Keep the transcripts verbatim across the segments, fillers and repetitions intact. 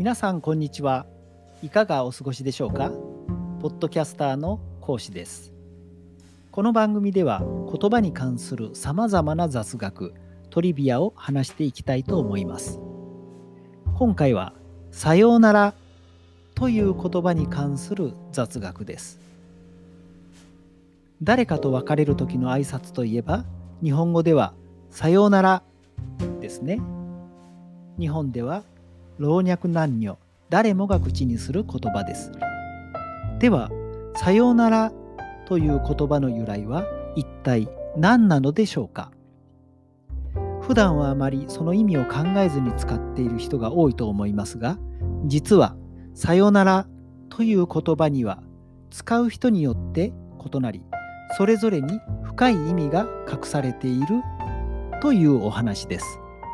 皆さんこんにちは。いかがお過ごしでしょうか。ポッドキャスターの講師です。この番組では言葉に関するさまざまな雑学、トリビアを話していきたいと思います。今回はさようならという言葉に関する雑学です。誰かと別れる時の挨拶といえば、日本語ではさようならですね。日本では老若男女誰もが口にする言葉です。では、さようならという言葉の由来は一体何なのでしょうか。普段はあまりその意味を考えずに使っている人が多いと思いますが、実はさようならという言葉には使う人によって異なり、それぞれに深い意味が隠されているというお話です。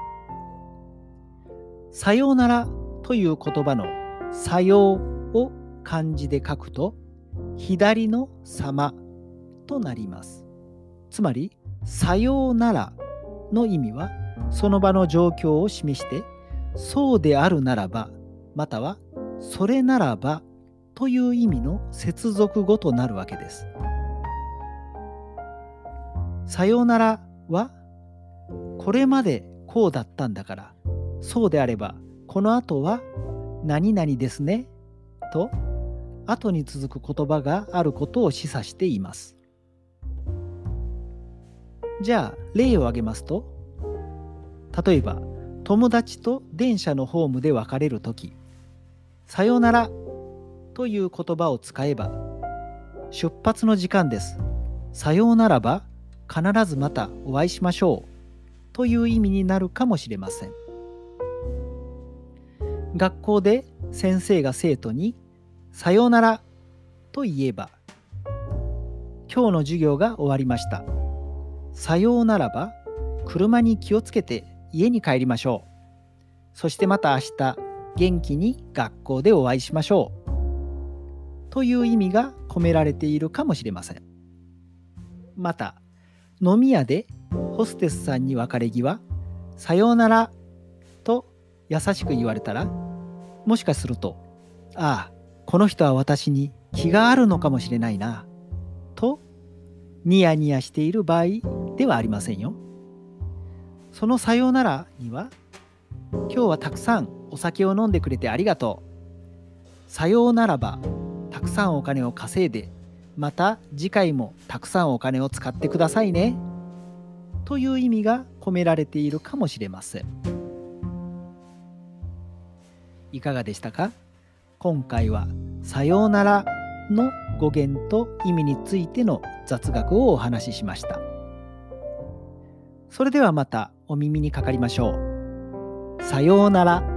さようならという言葉のさようを漢字で書くと左の様となります。つまりさようならの意味はその場の状況を示して、そうであるならばまたはそれならばという意味の接続語となるわけです。さようならはこれまでこうだったんだから、そうであればこの後は何々ですねと後に続く言葉があることを示唆しています。じゃあ例を挙げますと、例えば友達と電車のホームで別れるとき、さようならという言葉を使えば、出発の時間です。さようならば必ずまたお会いしましょうという意味になるかもしれません。学校で先生が生徒にさようならと言えば、今日の授業が終わりました。さようならば車に気をつけて家に帰りましょう。そしてまた明日元気に学校でお会いしましょうという意味が込められているかもしれません。また飲み屋でホステスさんに別れ際、さようならと優しく言われたら、もしかすると、ああ、この人は私に気があるのかもしれないなとニヤニヤしている場合ではありませんよ。そのさようならには、今日はたくさんお酒を飲んでくれてありがとう。さようならばたくさんお金を稼いで、また次回もたくさんお金を使ってくださいねという意味が込められているかもしれません。いかがでしたか。今回はさようならの語源と意味についての雑学をお話ししました。それではまたお耳にかかりましょう。さようなら。